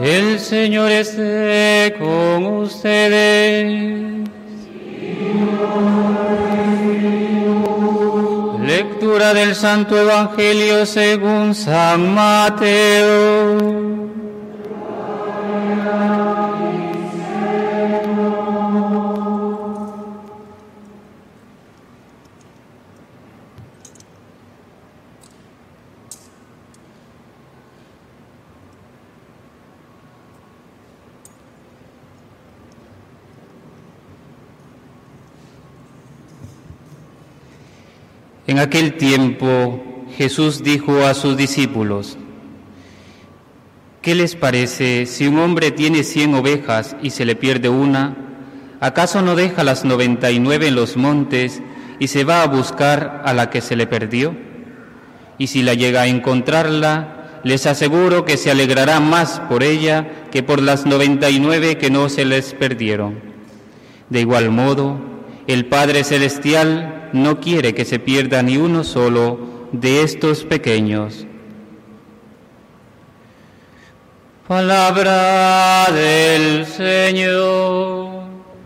El Señor esté con ustedes. Lectura del Santo Evangelio según San Mateo. En aquel tiempo Jesús dijo a sus discípulos: ¿Qué les parece si un hombre tiene 100 ovejas y se le pierde una? ¿Acaso no deja las 99 en los montes y se va a buscar a la que se le perdió? Y si la llega a encontrarla, les aseguro que se alegrará más por ella que por las 99 que no se les perdieron. De igual modo, el Padre Celestial no quiere que se pierda ni uno solo de estos pequeños. Palabra del Señor.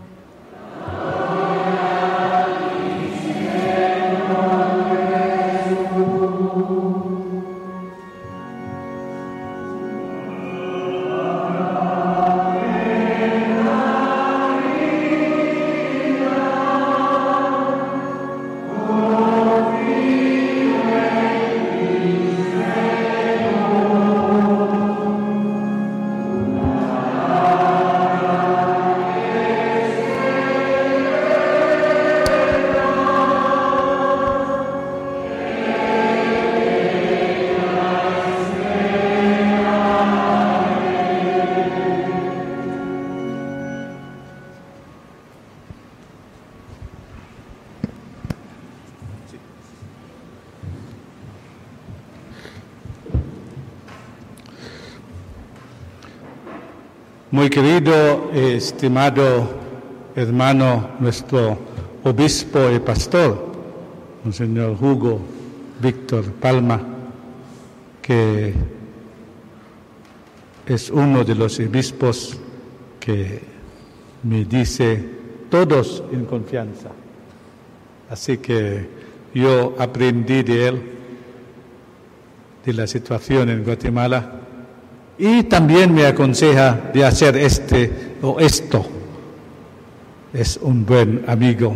Muy querido, estimado hermano, nuestro obispo y pastor, Monseñor Hugo Víctor Palma, que es uno de los obispos que me dice todos en confianza. Así que yo aprendí de él, de la situación en Guatemala, y también me aconseja de hacer este o esto. Es un buen amigo.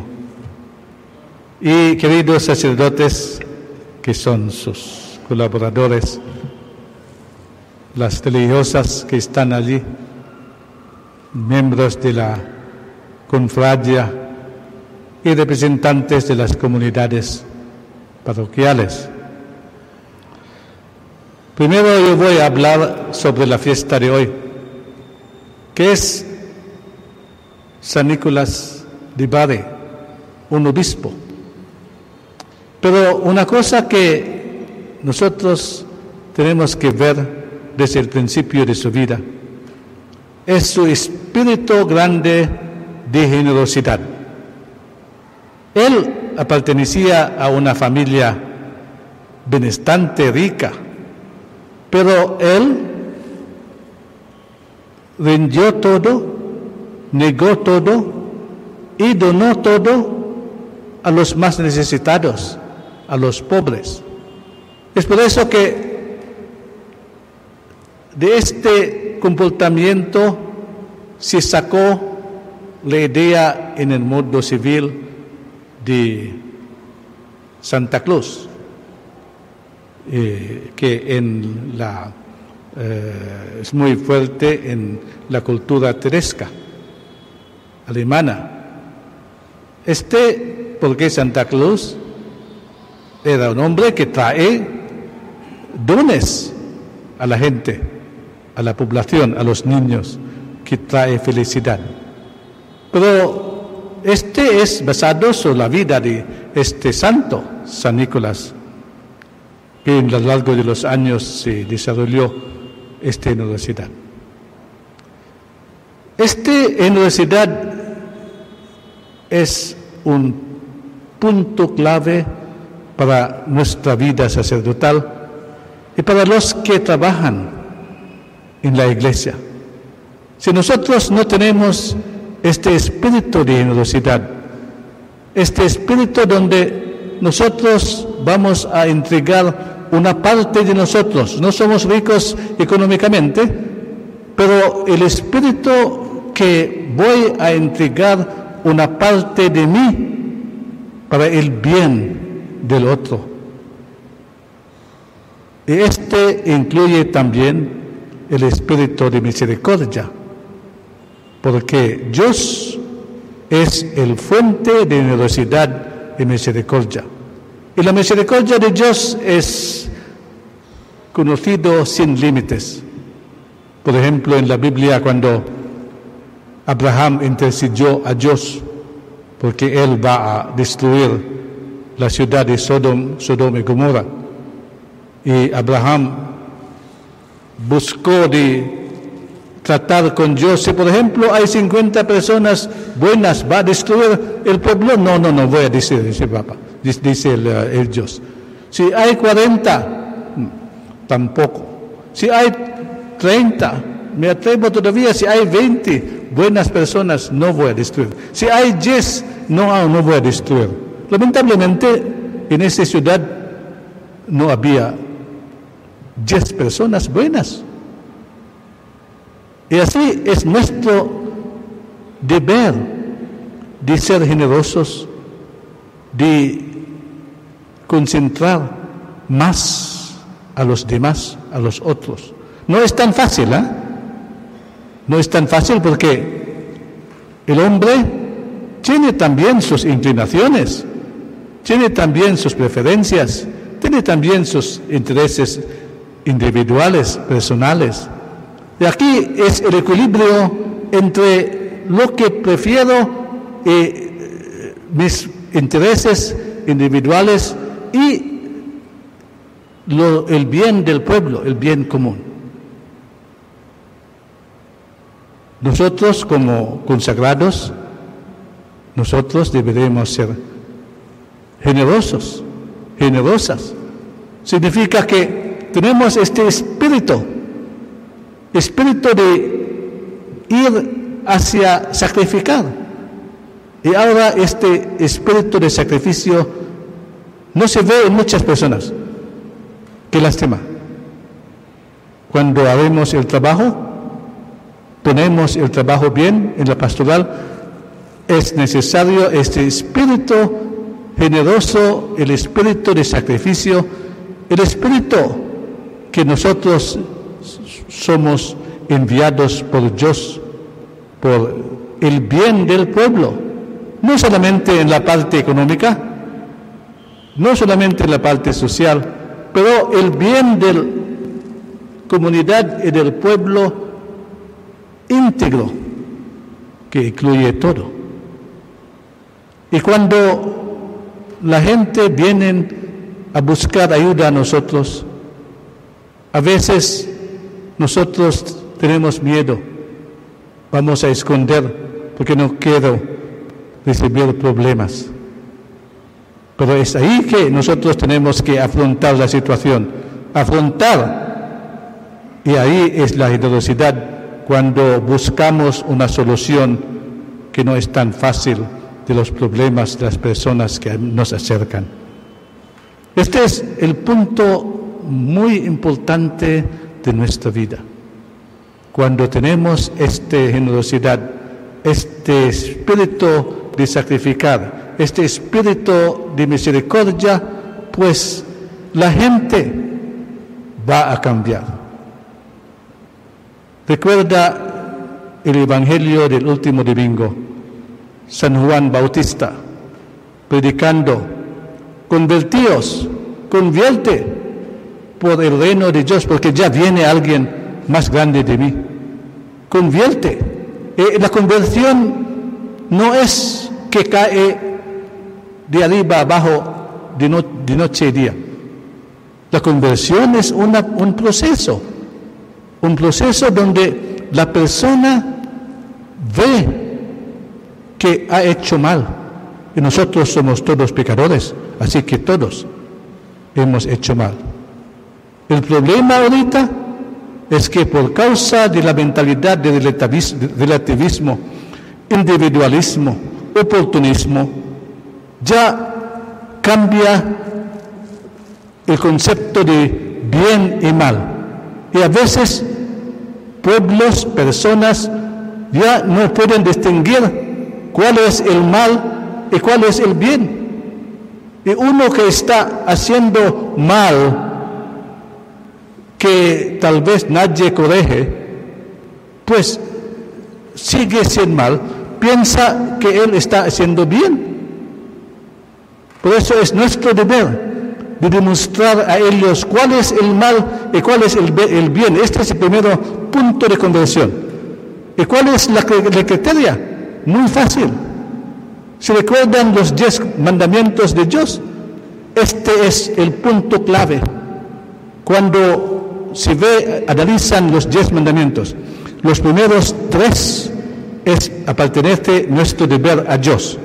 Y queridos sacerdotes, que son sus colaboradores, las religiosas que están allí, miembros de la confradia y representantes de las comunidades parroquiales. Primero yo voy a hablar sobre la fiesta de hoy, que es San Nicolás de Bari, un obispo. Pero una cosa que nosotros tenemos que ver desde el principio de su vida es su espíritu grande de generosidad. Él pertenecía a una familia benestante, rica, pero él rindió todo, negó todo y donó todo a los más necesitados, a los pobres. Es por eso que de este comportamiento se sacó la idea en el mundo civil de Santa Claus, que es muy fuerte en la cultura teresca alemana. Porque Santa Claus era un hombre que trae dones a la gente, a la población, a los niños, que trae felicidad. Pero es basado sobre la vida de este santo, San Nicolás, que a lo largo de los años se desarrolló esta generosidad. Esta generosidad es un punto clave para nuestra vida sacerdotal y para los que trabajan en la iglesia. Si nosotros no tenemos este espíritu de generosidad, este espíritu donde nosotros vamos a entregar una parte de nosotros, no somos ricos económicamente, pero el espíritu que voy a entregar una parte de mí para el bien del otro. Y este incluye también el espíritu de misericordia, porque Dios es el fuente de generosidad y misericordia. Y la misericordia de Dios es conocido sin límites. Por ejemplo, en la Biblia, cuando Abraham intercedió a Dios porque él va a destruir la ciudad de Sodoma y Gomorra, y Abraham buscó de tratar con Dios. Si por ejemplo hay 50 personas buenas, ¿va a destruir el pueblo? No voy a decir, dice el Dios. Si hay 40, tampoco. Si hay 30, me atrevo todavía. Si hay 20 buenas personas, no voy a destruir. Si hay 10, no voy a destruir. Lamentablemente, en esa ciudad no había 10 personas buenas. Y así es nuestro deber de ser generosos, de concentrar más a los demás, a los otros. No es tan fácil, No es tan fácil porque el hombre tiene también sus inclinaciones, tiene también sus preferencias, tiene también sus intereses individuales, personales. Y aquí es el equilibrio entre lo que prefiero, mis intereses individuales y el bien del pueblo, el bien común. Nosotros como consagrados, nosotros deberemos ser generosos, generosas. Significa que tenemos este espíritu de ir hacia sacrificar. Y ahora este espíritu de sacrificio no se ve en muchas personas. Qué lástima. Cuando haremos el trabajo, ponemos el trabajo bien en la pastoral, es necesario este espíritu generoso, el espíritu de sacrificio, el espíritu que nosotros somos enviados por Dios, por el bien del pueblo, no solamente en la parte económica, no solamente en la parte social, pero el bien de la comunidad y del pueblo íntegro, que incluye todo. Y cuando la gente viene a buscar ayuda a nosotros, a veces nosotros tenemos miedo, vamos a esconder porque no quiero recibir problemas. Pero es ahí que nosotros tenemos que afrontar la situación, y ahí es la generosidad, cuando buscamos una solución que no es tan fácil de los problemas de las personas que nos acercan. Este es el punto muy importante de nuestra vida. Cuando tenemos esta generosidad, este espíritu de sacrificar, este espíritu de misericordia, pues la gente va a cambiar. Recuerda el Evangelio del último domingo, San Juan Bautista predicando: convertíos, convierte por el reino de Dios, porque ya viene alguien más grande de mí. Convierte. La conversión no es que cae de arriba abajo, de noche y día. La conversión es un proceso donde la persona ve que ha hecho mal, y nosotros somos todos pecadores, así que todos hemos hecho mal. El problema ahorita es que por causa de la mentalidad de relativismo, individualismo, oportunismo, ya cambia el concepto de bien y mal. Y a veces pueblos, personas ya no pueden distinguir cuál es el mal y cuál es el bien. Y uno que está haciendo mal, que tal vez nadie corrige, pues sigue siendo mal, piensa que él está haciendo bien. Por eso es nuestro deber de demostrar a ellos cuál es el mal y cuál es el bien. Este es el primer punto de conversión. ¿Y cuál es la criteria? Muy fácil. ¿Se recuerdan los 10 mandamientos de Dios? Este es el punto clave. Cuando se analizan los 10 mandamientos, los primeros 3 es pertenece nuestro deber a Dios.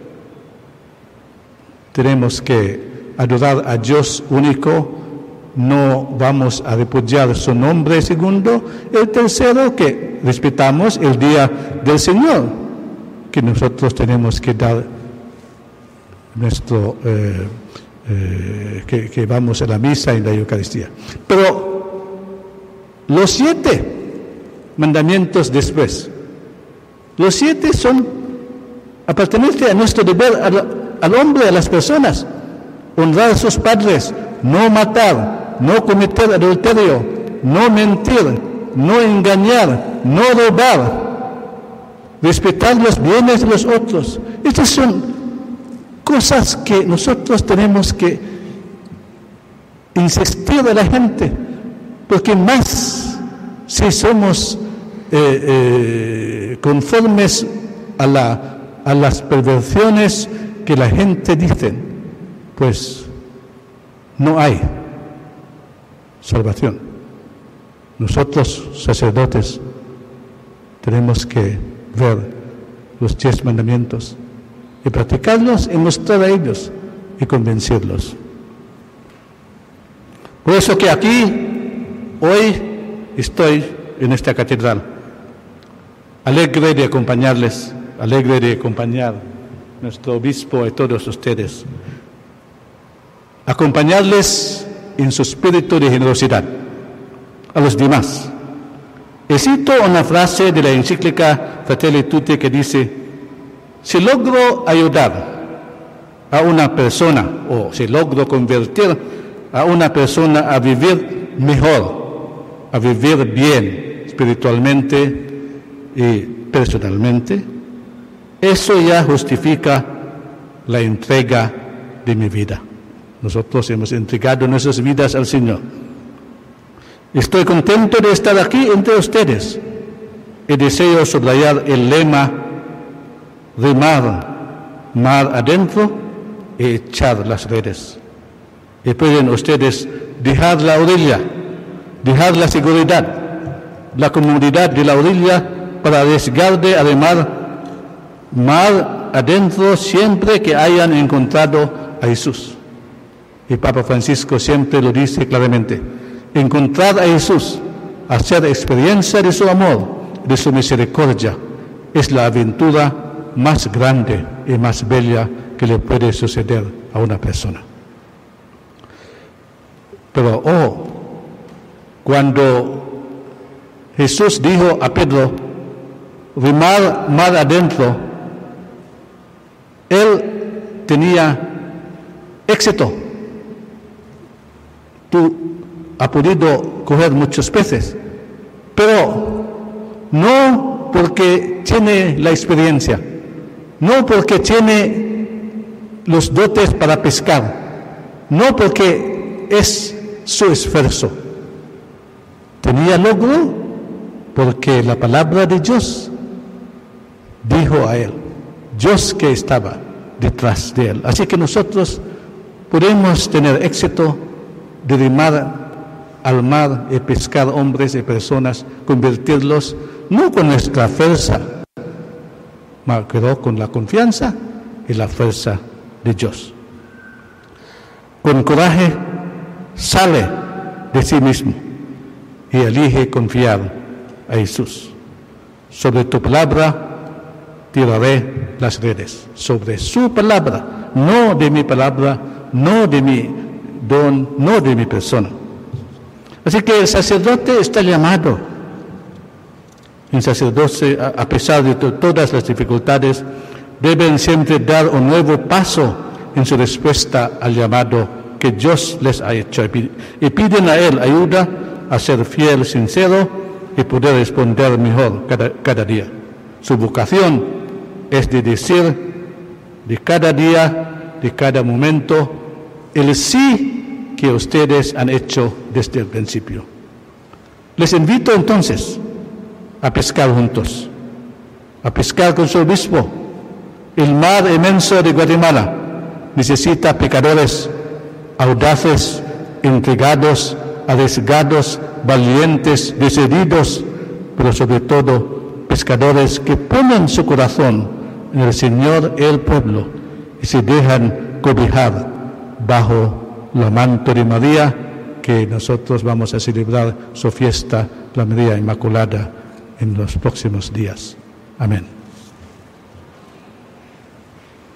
Tenemos que adorar a Dios único, no vamos a repudiar su nombre. Segundo, el tercero, que respetamos el día del Señor, que nosotros tenemos que dar nuestro, que vamos a la misa y la Eucaristía. Pero los 7 mandamientos después, los 7 son, pertenecen a nuestro deber al hombre, a las personas. Honrar a sus padres, no matar, no cometer adulterio, no mentir, no engañar, no robar, respetar los bienes de los otros. Estas son cosas que nosotros tenemos que insistir a la gente, porque más si somos conformes a las perversiones que la gente dice, pues no hay salvación. Nosotros, sacerdotes, tenemos que ver los 10 mandamientos y practicarlos y mostrar a ellos y convencerlos. Por eso que aquí, hoy, estoy en esta catedral, alegre de acompañarles, alegre de acompañar a nuestro obispo y todos ustedes, acompañarles en su espíritu de generosidad a los demás. Y cito una frase de la encíclica Fratelli Tutti que dice: si logro ayudar a una persona, o si logro convertir a una persona a vivir mejor, a vivir bien espiritualmente y personalmente, eso ya justifica la entrega de mi vida. Nosotros hemos entregado nuestras vidas al Señor. Estoy contento de estar aquí entre ustedes y deseo subrayar el lema: remar mar adentro y echar las redes. Y pueden ustedes dejar la orilla, dejar la seguridad, la comodidad de la orilla para arriesgarse a remar mar adentro siempre que hayan encontrado a Jesús. Y Papa Francisco siempre lo dice claramente: encontrar a Jesús, hacer experiencia de su amor, de su misericordia, es la aventura más grande y más bella que le puede suceder a una persona. Pero cuando Jesús dijo a Pedro: remar mar adentro, él tenía éxito. Tú has podido coger muchos peces, pero no porque tiene la experiencia, no porque tiene los dotes para pescar, no porque es su esfuerzo. Tenía logro porque la palabra de Dios dijo a él, Dios que estaba detrás de él. Así que nosotros podemos tener éxito de remar al mar y pescar hombres y personas, convertirlos no con nuestra fuerza, pero con la confianza y la fuerza de Dios. Con coraje sale de sí mismo y elige confiar a Jesús. Sobre tu palabra tiraré las redes, sobre su palabra, no de mi palabra, no de mi don, no de mi persona. Así que el sacerdote está llamado. El sacerdote, a pesar de todas las dificultades, deben siempre dar un nuevo paso en su respuesta al llamado que Dios les ha hecho, y piden a Él ayuda a ser fiel, sincero y poder responder mejor cada día. Su vocación es de decir de cada día, de cada momento, el sí que ustedes han hecho desde el principio. Les invito entonces a pescar juntos, a pescar con su obispo. El mar inmenso de Guatemala necesita pescadores audaces, entregados, arriesgados, valientes, decididos, pero sobre todo pescadores que ponen su corazón en el Señor y el pueblo y se dejan cobijar bajo el manto de María, que nosotros vamos a celebrar su fiesta, la María Inmaculada, en los próximos días. Amén.